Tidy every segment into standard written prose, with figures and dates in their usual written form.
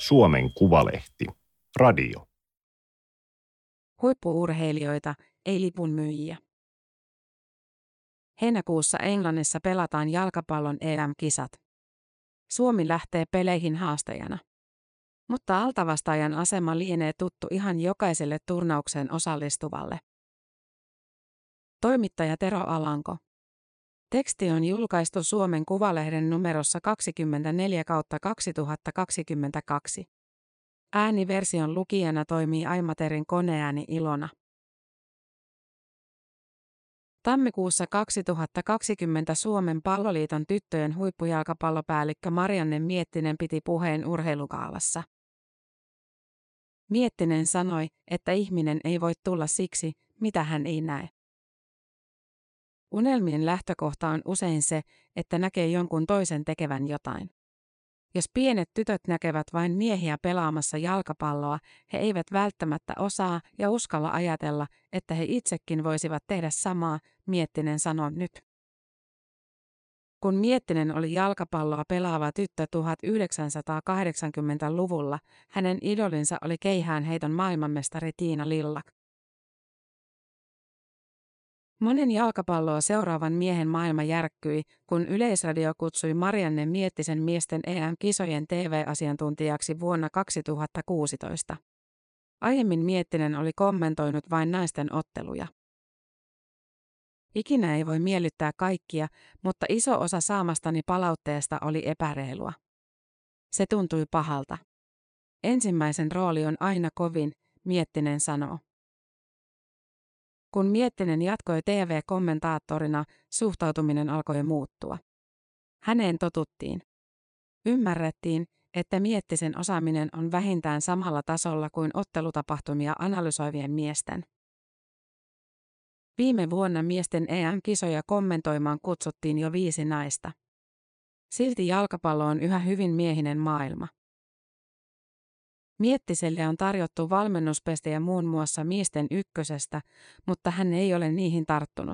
Suomen Kuvalehti. Radio. Huippu-urheilijoita, ei lipunmyyjiä. Heinäkuussa Englannissa pelataan jalkapallon EM-kisat. Suomi lähtee peleihin haastajana. Mutta altavastaajan asema lienee tuttu ihan jokaiselle turnaukseen osallistuvalle. Toimittaja Tero Alanko. Teksti on julkaistu Suomen Kuvalehden numerossa 24/2022. Ääniversion lukijana toimii Aimaterin koneääni Ilona. Tammikuussa 2020 Suomen Palloliiton tyttöjen huippujalkapallopäällikkö Marianne Miettinen piti puheen urheilugaalassa. Miettinen sanoi, että ihminen ei voi tulla siksi, mitä hän ei näe. Unelmien lähtökohta on usein se, että näkee jonkun toisen tekevän jotain. Jos pienet tytöt näkevät vain miehiä pelaamassa jalkapalloa, he eivät välttämättä osaa ja uskalla ajatella, että he itsekin voisivat tehdä samaa, Miettinen sanoi nyt. Kun Miettinen oli jalkapalloa pelaava tyttö 1980-luvulla, hänen idolinsa oli keihäänheiton maailmanmestari Tiina Lillak. Monen jalkapalloa seuraavan miehen maailma järkkyi, kun Yleisradio kutsui Marianne Miettisen miesten EM-kisojen TV-asiantuntijaksi vuonna 2016. Aiemmin Miettinen oli kommentoinut vain naisten otteluja. Ikinä ei voi miellyttää kaikkia, mutta iso osa saamastani palautteesta oli epäreilua. Se tuntui pahalta. Ensimmäisen rooli on aina kovin, Miettinen sanoo. Kun Miettinen jatkoi TV-kommentaattorina, suhtautuminen alkoi muuttua. Häneen totuttiin. Ymmärrettiin, että Miettisen osaaminen on vähintään samalla tasolla kuin ottelutapahtumia analysoivien miesten. Viime vuonna miesten EM-kisoja kommentoimaan kutsuttiin jo 5 naista. Silti jalkapallo on yhä hyvin miehinen maailma. Miettiselle on tarjottu valmennuspestejä muun muassa miesten ykkösestä, mutta hän ei ole niihin tarttunut.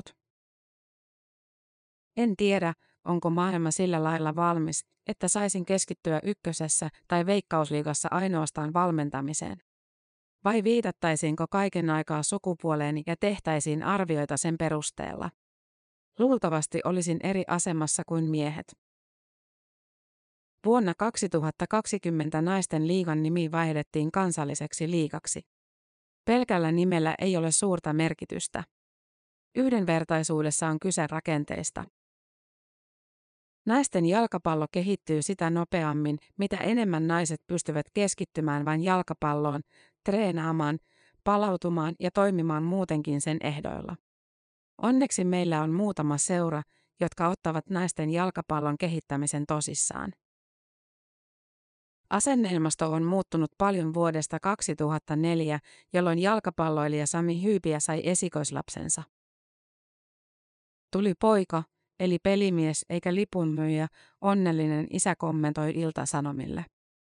En tiedä, onko maailma sillä lailla valmis, että saisin keskittyä ykkösessä tai Veikkausliigassa ainoastaan valmentamiseen. Vai viitattaisiinko kaiken aikaa sukupuoleen ja tehtäisiin arvioita sen perusteella? Luultavasti olisin eri asemassa kuin miehet. Vuonna 2020 naisten liigan nimi vaihdettiin kansalliseksi liigaksi. Pelkällä nimellä ei ole suurta merkitystä. Yhdenvertaisuudessa on kyse rakenteista. Naisten jalkapallo kehittyy sitä nopeammin, mitä enemmän naiset pystyvät keskittymään vain jalkapalloon, treenaamaan, palautumaan ja toimimaan muutenkin sen ehdoilla. Onneksi meillä on muutama seura, jotka ottavat naisten jalkapallon kehittämisen tosissaan. Asenneilmasto on muuttunut paljon vuodesta 2004, jolloin jalkapalloilija Sami Hyypiä sai esikoislapsensa. Tuli poika, eli pelimies eikä lipunmyyjä, onnellinen isä kommentoi Ilta-Sanomille.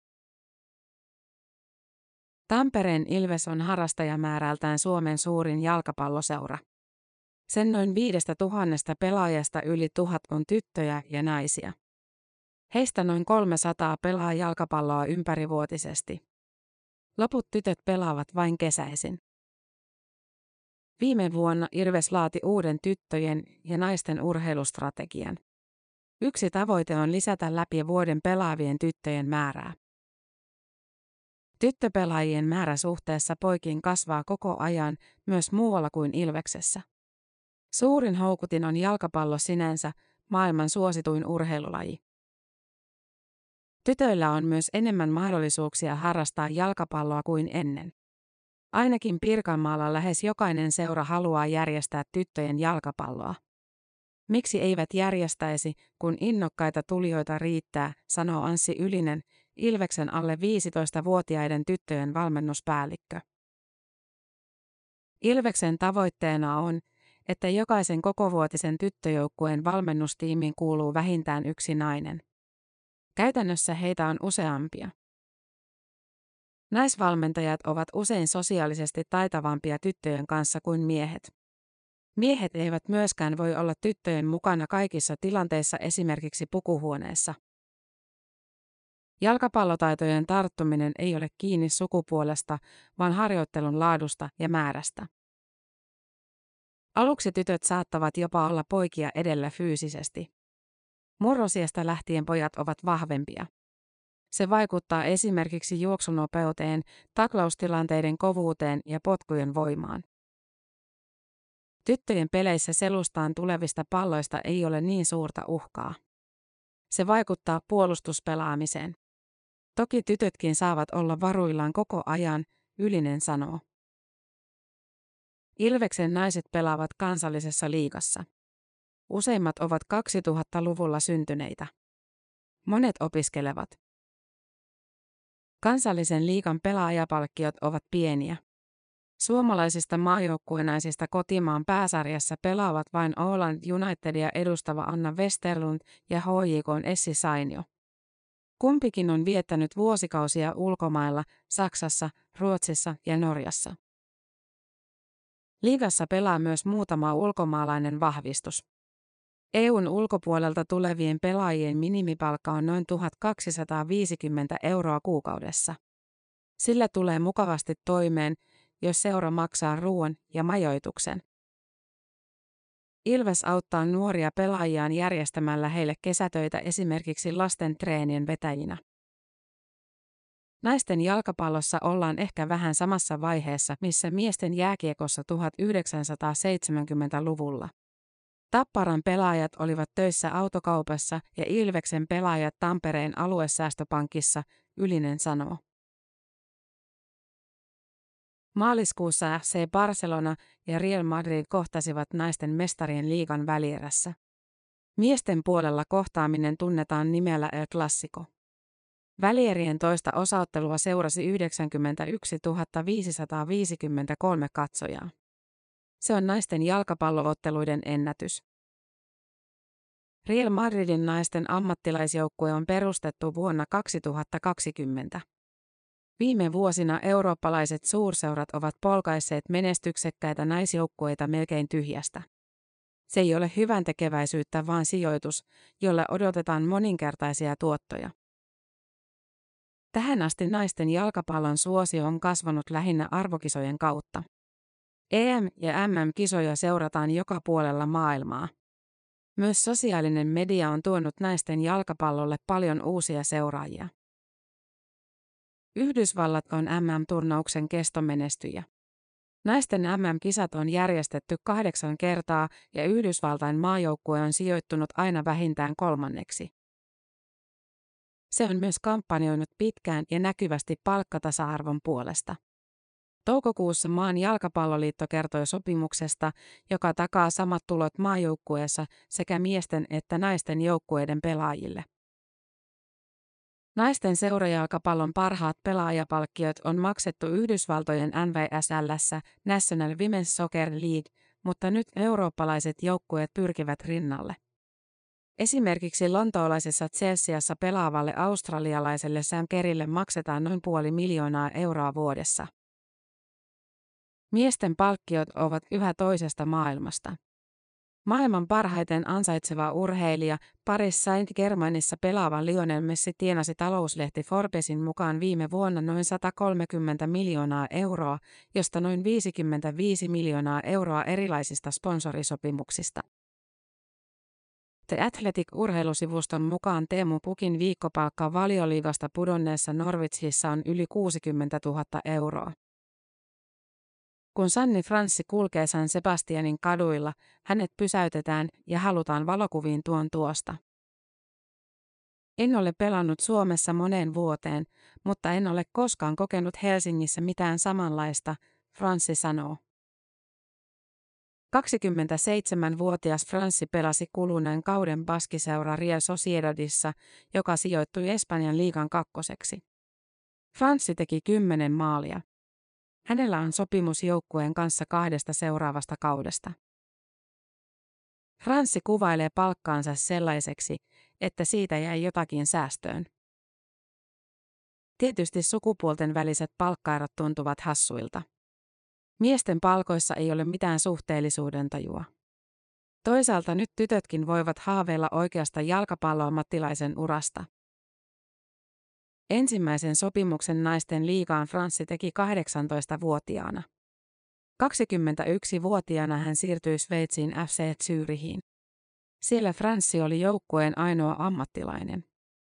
Tampereen Ilves on harrastajamäärältään Suomen suurin jalkapalloseura. Sen noin 5 000 pelaajasta yli 1,000 on tyttöjä ja naisia. Heistä noin 300 pelaa jalkapalloa ympärivuotisesti. Loput tytöt pelaavat vain kesäisin. Viime vuonna Ilves laati uuden tyttöjen ja naisten urheilustrategian. Yksi tavoite on lisätä läpi vuoden pelaavien tyttöjen määrää. Tyttöpelaajien määrä suhteessa poikiin kasvaa koko ajan, myös muualla kuin Ilveksessä. Suurin houkutin on jalkapallo sinänsä, maailman suosituin urheilulaji. Tytöillä on myös enemmän mahdollisuuksia harrastaa jalkapalloa kuin ennen. Ainakin Pirkanmaalla lähes jokainen seura haluaa järjestää tyttöjen jalkapalloa. Miksi eivät järjestäisi, kun innokkaita tulijoita riittää, sanoo Anssi Ylinen, Ilveksen alle 15-vuotiaiden tyttöjen valmennuspäällikkö. Ilveksen tavoitteena on, että jokaisen kokovuotisen tyttöjoukkueen valmennustiimiin kuuluu vähintään 1 nainen. Käytännössä heitä on useampia. Naisvalmentajat ovat usein sosiaalisesti taitavampia tyttöjen kanssa kuin miehet. Miehet eivät myöskään voi olla tyttöjen mukana kaikissa tilanteissa, esimerkiksi pukuhuoneessa. Jalkapallotaitojen tarttuminen ei ole kiinni sukupuolesta, vaan harjoittelun laadusta ja määrästä. Aluksi tytöt saattavat jopa olla poikia edellä fyysisesti. Murrosiästä lähtien pojat ovat vahvempia. Se vaikuttaa esimerkiksi juoksunopeuteen, taklaustilanteiden kovuuteen ja potkujen voimaan. Tyttöjen peleissä selustaan tulevista palloista ei ole niin suurta uhkaa. Se vaikuttaa puolustuspelaamiseen. Toki tytötkin saavat olla varuillaan koko ajan, Ylinen sanoo. Ilveksen naiset pelaavat kansallisessa liigassa. Useimmat ovat 2000-luvulla syntyneitä. Monet opiskelevat. Kansallisen liigan pelaajapalkkiot ovat pieniä. Suomalaisista maajoukkuenaisista kotimaan pääsarjassa pelaavat vain Åland Unitedia edustava Anna Westerlund ja HJK:n Essi Sainio. Kumpikin on viettänyt vuosikausia ulkomailla, Saksassa, Ruotsissa ja Norjassa. Liigassa pelaa myös muutama ulkomaalainen vahvistus. EU:n ulkopuolelta tulevien pelaajien minimipalkka on noin 1250 € kuukaudessa. Sillä tulee mukavasti toimeen, jos seura maksaa ruoan ja majoituksen. Ilves auttaa nuoria pelaajiaan järjestämällä heille kesätöitä esimerkiksi lasten treenien vetäjinä. Naisten jalkapallossa ollaan ehkä vähän samassa vaiheessa, missä miesten jääkiekossa 1970-luvulla. Tapparan pelaajat olivat töissä autokaupassa ja Ilveksen pelaajat Tampereen aluesäästöpankissa, Ylinen sanoo. Maaliskuussa FC Barcelona ja Real Madrid kohtasivat naisten mestarien liigan välierässä. Miesten puolella kohtaaminen tunnetaan nimellä El Clásico. Välierien toista osaottelua seurasi 91 553 katsojaa. Se on naisten jalkapallootteluiden ennätys. Real Madridin naisten ammattilaisjoukkue on perustettu vuonna 2020. Viime vuosina eurooppalaiset suurseurat ovat polkaisseet menestyksekkäitä naisjoukkueita melkein tyhjästä. Se ei ole hyväntekeväisyyttä, vaan sijoitus, jolle odotetaan moninkertaisia tuottoja. Tähän asti naisten jalkapallon suosio on kasvanut lähinnä arvokisojen kautta. EM- ja MM-kisoja seurataan joka puolella maailmaa. Myös sosiaalinen media on tuonut naisten jalkapallolle paljon uusia seuraajia. Yhdysvallat on MM-turnauksen kestomenestyjä. Naisten MM-kisat on järjestetty 8 kertaa ja Yhdysvaltain maajoukkue on sijoittunut aina vähintään kolmanneksi. Se on myös kampanjoinut pitkään ja näkyvästi palkkatasa-arvon puolesta. Toukokuussa maan jalkapalloliitto kertoi sopimuksesta, joka takaa samat tulot maajoukkueessa sekä miesten että naisten joukkueiden pelaajille. Naisten seurajalkapallon parhaat pelaajapalkkiot on maksettu Yhdysvaltojen NWSL:ssä National Women's Soccer League, mutta nyt eurooppalaiset joukkueet pyrkivät rinnalle. Esimerkiksi lontoolaisessa Chelseassa pelaavalle australialaiselle Sam Kerrille maksetaan noin €500,000 vuodessa. Miesten palkkiot ovat yhä toisesta maailmasta. Maailman parhaiten ansaitseva urheilija, Paris Saint-Germainissa pelaava Lionel Messi tienasi talouslehti Forbesin mukaan viime vuonna noin €130 miljoonaa, josta noin €55 miljoonaa erilaisista sponsorisopimuksista. The Athletic-urheilusivuston mukaan Teemu Pukin viikkopalkka Valioliigasta pudonneessa Norwichissa on yli €60,000. Kun Sanni Franssi kulkee San Sebastianin kaduilla, hänet pysäytetään ja halutaan valokuviin tuon tuosta. En ole pelannut Suomessa moneen vuoteen, mutta en ole koskaan kokenut Helsingissä mitään samanlaista, Franssi sanoo. 27-vuotias Franssi pelasi kuluneen kauden baskiseura Real Sociedadissa, joka sijoittui Espanjan liigan kakkoseksi. Franssi teki 10 maalia. Hänellä on sopimus joukkueen kanssa 2 seuraavasta kaudesta. Franssi kuvailee palkkaansa sellaiseksi, että siitä jäi jotakin säästöön. Tietysti sukupuolten väliset palkkaerot tuntuvat hassuilta. Miesten palkoissa ei ole mitään suhteellisuudentajua. Toisaalta nyt tytötkin voivat haaveilla oikeasta jalkapalloammattilaisen urasta. Ensimmäisen sopimuksen naisten liigaan Franssi teki 18-vuotiaana. 21-vuotiaana hän siirtyi Sveitsiin FC Zürichiin. Siellä Franssi oli joukkueen ainoa ammattilainen.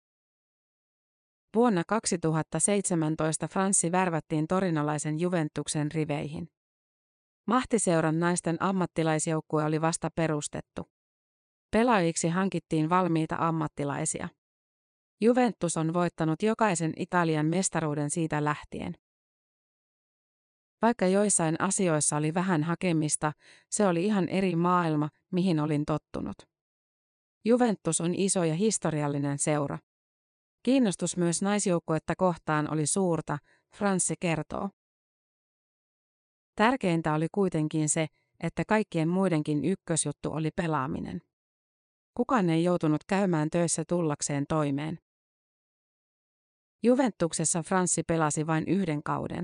Vuonna 2017 Franssi värvättiin torinolaisen Juventuksen riveihin. Mahtiseuran naisten ammattilaisjoukkue oli vasta perustettu. Pelaajiksi hankittiin valmiita ammattilaisia. Juventus on voittanut jokaisen Italian mestaruuden siitä lähtien. Vaikka joissain asioissa oli vähän hakemista, se oli ihan eri maailma, mihin olin tottunut. Juventus on iso ja historiallinen seura. Kiinnostus myös naisjoukkuetta kohtaan oli suurta, Franssi kertoo. Tärkeintä oli kuitenkin se, että kaikkien muidenkin ykkösjuttu oli pelaaminen. Kukaan ei joutunut käymään töissä tullakseen toimeen. Juventuksessa Franssi pelasi vain 1 kauden.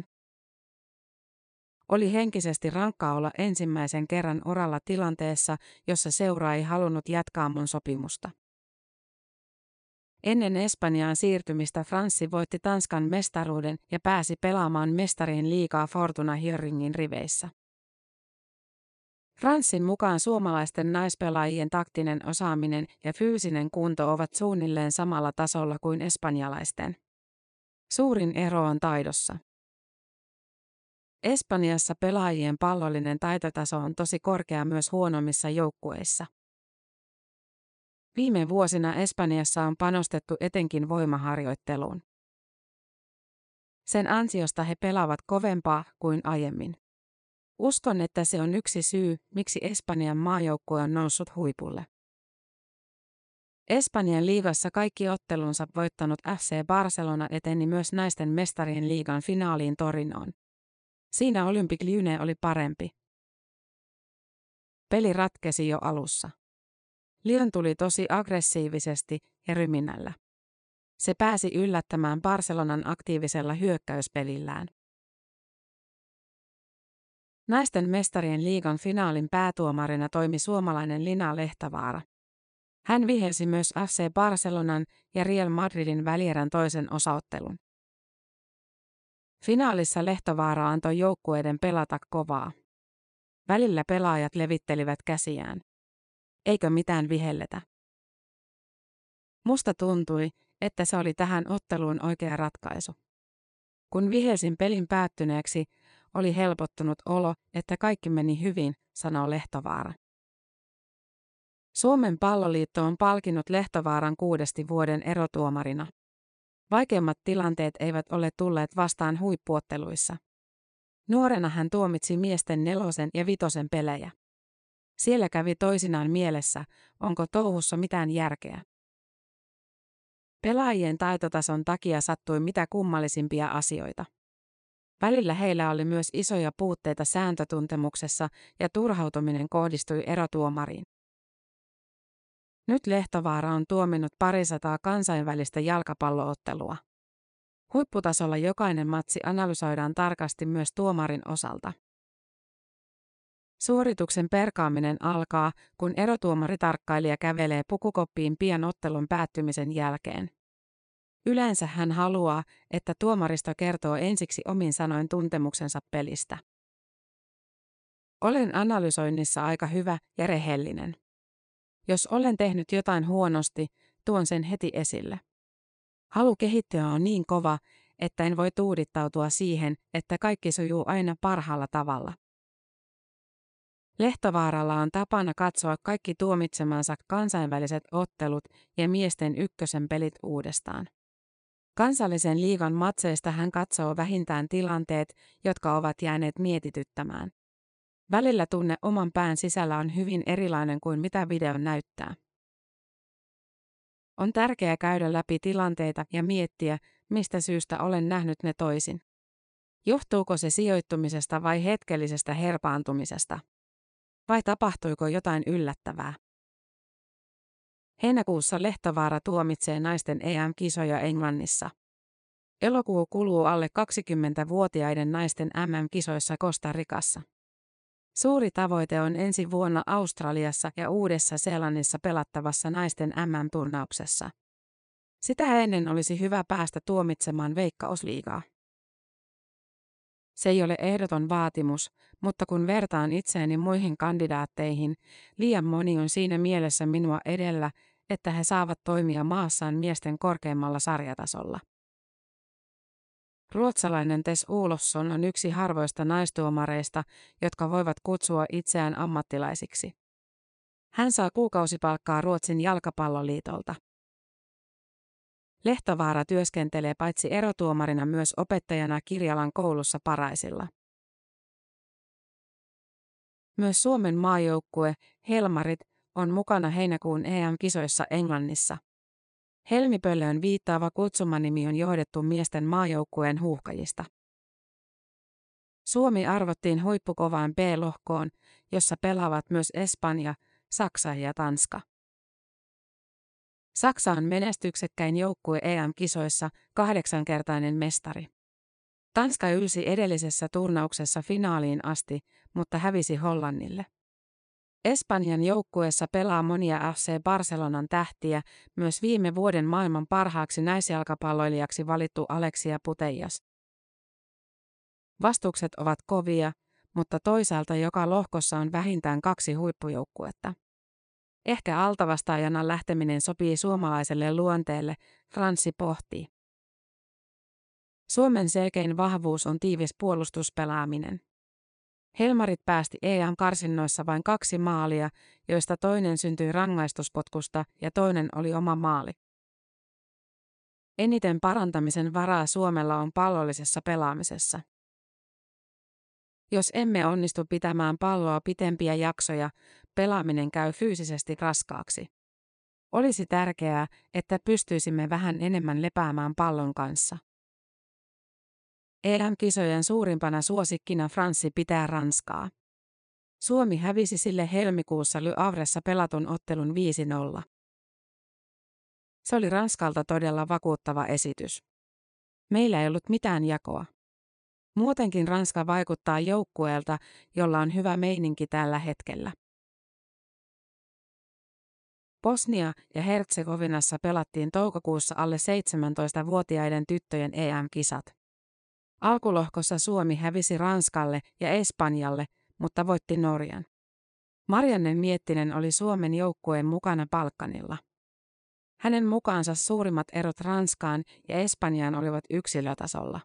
Oli henkisesti rankkaa olla ensimmäisen kerran oralla tilanteessa, jossa seura ei halunnut jatkaa mun sopimusta. Ennen Espanjaan siirtymistä Franssi voitti Tanskan mestaruuden ja pääsi pelaamaan mestarien liigaa Fortuna Hjørringin riveissä. Franssin mukaan suomalaisten naispelaajien taktinen osaaminen ja fyysinen kunto ovat suunnilleen samalla tasolla kuin espanjalaisten. Suurin ero on taidossa. Espanjassa pelaajien pallollinen taitotaso on tosi korkea myös huonommissa joukkueissa. Viime vuosina Espanjassa on panostettu etenkin voimaharjoitteluun. Sen ansiosta he pelaavat kovempaa kuin aiemmin. Uskon, että se on yksi syy, miksi Espanjan maajoukkue on noussut huipulle. Espanjan liigassa kaikki ottelunsa voittanut FC Barcelona eteni myös naisten mestarien liigan finaaliin Torinoon. Siinä Olympique Lyonnais oli parempi. Peli ratkesi jo alussa. Lyon tuli tosi aggressiivisesti ja ryminällä. Se pääsi yllättämään Barcelonan aktiivisella hyökkäyspelillään. Naisten mestarien liigan finaalin päätuomarina toimi suomalainen Lina Lehtavaara. Hän vihelsi myös FC Barcelonan ja Real Madridin välierän toisen osaottelun. Finaalissa Lehtovaara antoi joukkueiden pelata kovaa. Välillä pelaajat levittelivät käsiään. Eikö mitään vihelletä? Musta tuntui, että se oli tähän otteluun oikea ratkaisu. Kun vihelsin pelin päättyneeksi, oli helpottunut olo, että kaikki meni hyvin, sanoo Lehtovaara. Suomen palloliitto on palkinnut Lehtovaaran 6 vuoden erotuomarina. Vaikeimmat tilanteet eivät ole tulleet vastaan huippuotteluissa. Nuorena hän tuomitsi miesten 4. ja 5. pelejä. Siellä kävi toisinaan mielessä, onko touhussa mitään järkeä. Pelaajien taitotason takia sattui mitä kummallisimpia asioita. Välillä heillä oli myös isoja puutteita sääntötuntemuksessa ja turhautuminen kohdistui erotuomariin. Nyt Lehtovaara on tuominnut 200 kansainvälistä jalkapalloottelua. Huipputasolla jokainen matsi analysoidaan tarkasti myös tuomarin osalta. Suorituksen perkaaminen alkaa, kun erotuomaritarkkailija kävelee pukukoppiin pian ottelun päättymisen jälkeen. Yleensä hän haluaa, että tuomaristo kertoo ensiksi omin sanoin tuntemuksensa pelistä. Olen analysoinnissa aika hyvä ja rehellinen. Jos olen tehnyt jotain huonosti, tuon sen heti esille. Halu kehittyä on niin kova, että en voi tuudittautua siihen, että kaikki sujuu aina parhaalla tavalla. Lehtovaaralla on tapana katsoa kaikki tuomitsemansa kansainväliset ottelut ja miesten 1. pelit uudestaan. Kansallisen liigan matseista hän katsoo vähintään tilanteet, jotka ovat jääneet mietityttämään. Välillä tunne oman pään sisällä on hyvin erilainen kuin mitä video näyttää. On tärkeää käydä läpi tilanteita ja miettiä, mistä syystä olen nähnyt ne toisin. Johtuuko se sijoittumisesta vai hetkellisestä herpaantumisesta? Vai tapahtuiko jotain yllättävää? Heinäkuussa Lehtovaara tuomitsee naisten EM-kisoja Englannissa. Elokuu kuluu alle 20-vuotiaiden naisten MM-kisoissa Costa Ricassa. Suuri tavoite on ensi vuonna Australiassa ja Uudessa-Seelannissa pelattavassa naisten MM-turnauksessa. Sitä ennen olisi hyvä päästä tuomitsemaan Veikkausliigaa. Se ei ole ehdoton vaatimus, mutta kun vertaan itseäni muihin kandidaatteihin, liian moni on siinä mielessä minua edellä, että he saavat toimia maassaan miesten korkeimmalla sarjatasolla. Ruotsalainen Tess Olofsson on yksi harvoista naistuomareista, jotka voivat kutsua itseään ammattilaisiksi. Hän saa kuukausipalkkaa Ruotsin jalkapalloliitolta. Lehtovaara työskentelee paitsi erotuomarina myös opettajana Kirjalan koulussa Paraisilla. Myös Suomen maajoukkue, Helmarit, on mukana heinäkuun EM-kisoissa Englannissa. Helmipöllöön viittaava kutsumanimi on johdettu miesten maajoukkueen huuhkajista. Suomi arvottiin huippukovaan B-lohkoon, jossa pelaavat myös Espanja, Saksa ja Tanska. Saksa on menestyksekkäin joukkue EM-kisoissa, 8-kertainen mestari. Tanska ylsi edellisessä turnauksessa finaaliin asti, mutta hävisi Hollannille. Espanjan joukkueessa pelaa monia FC Barcelonan tähtiä, myös viime vuoden maailman parhaaksi naisjalkapalloilijaksi valittu Alexia Putellas. Vastukset ovat kovia, mutta toisaalta joka lohkossa on vähintään 2 huippujoukkuetta. Ehkä altavastaajana lähteminen sopii suomalaiselle luonteelle, Franssi pohtii. Suomen selkein vahvuus on tiivis puolustuspelaaminen. Helmarit päästi EM-karsinnoissa vain 2 maalia, joista toinen syntyi rangaistuspotkusta ja toinen oli oma maali. Eniten parantamisen varaa Suomella on pallollisessa pelaamisessa. Jos emme onnistu pitämään palloa pitempiä jaksoja, pelaaminen käy fyysisesti raskaaksi. Olisi tärkeää, että pystyisimme vähän enemmän lepäämään pallon kanssa. EM-kisojen suurimpana suosikkina Franssi pitää Ranskaa. Suomi hävisi sille helmikuussa Le Havressa pelatun ottelun 5-0. Se oli Ranskalta todella vakuuttava esitys. Meillä ei ollut mitään jakoa. Muutenkin Ranska vaikuttaa joukkueelta, jolla on hyvä meininki tällä hetkellä. Bosnia ja Hertsegovinassa pelattiin toukokuussa alle 17-vuotiaiden tyttöjen EM-kisat. Alkulohkossa Suomi hävisi Ranskalle ja Espanjalle, mutta voitti Norjan. Marianne Miettinen oli Suomen joukkueen mukana Balkanilla. Hänen mukaansa suurimmat erot Ranskaan ja Espanjaan olivat yksilötasolla.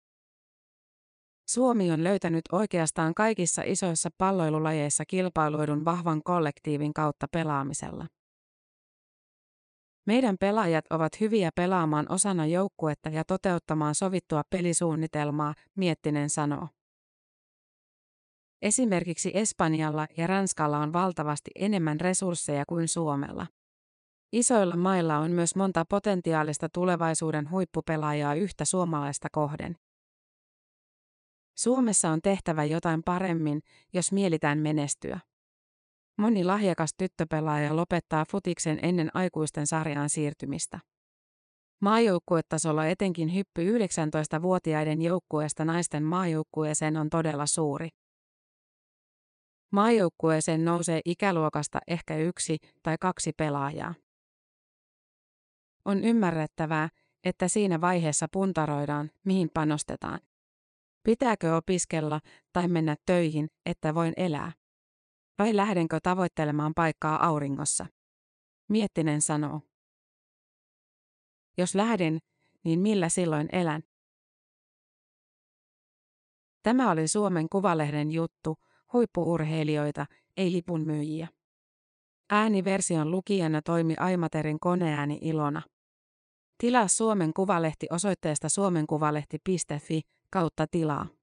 Suomi on löytänyt oikeastaan kaikissa isoissa palloilulajeissa kilpailuidun vahvan kollektiivin kautta pelaamisella. Meidän pelaajat ovat hyviä pelaamaan osana joukkuetta ja toteuttamaan sovittua pelisuunnitelmaa, Miettinen sanoo. Esimerkiksi Espanjalla ja Ranskalla on valtavasti enemmän resursseja kuin Suomella. Isoilla mailla on myös monta potentiaalista tulevaisuuden huippupelaajaa yhtä suomalaista kohden. Suomessa on tehtävä jotain paremmin, jos mielitään menestyä. Moni lahjakas tyttöpelaaja lopettaa futiksen ennen aikuisten sarjaan siirtymistä. Maajoukkuetasolla etenkin hyppy 19-vuotiaiden joukkueesta naisten maajoukkueeseen on todella suuri. Maajoukkueeseen nousee ikäluokasta ehkä 1 tai 2 pelaajaa. On ymmärrettävää, että siinä vaiheessa puntaroidaan, mihin panostetaan. Pitääkö opiskella tai mennä töihin, että voin elää? Vai lähdenkö tavoittelemaan paikkaa auringossa? Miettinen sanoo. Jos lähden, niin millä silloin elän? Tämä oli Suomen Kuvalehden juttu, huippu-urheilijoita, ei lipunmyyjiä. Ääniversion lukijana toimi Aimaterin koneääni Ilona. Tilaa Suomen Kuvalehti osoitteesta suomenkuvalehti.fi/tilaa.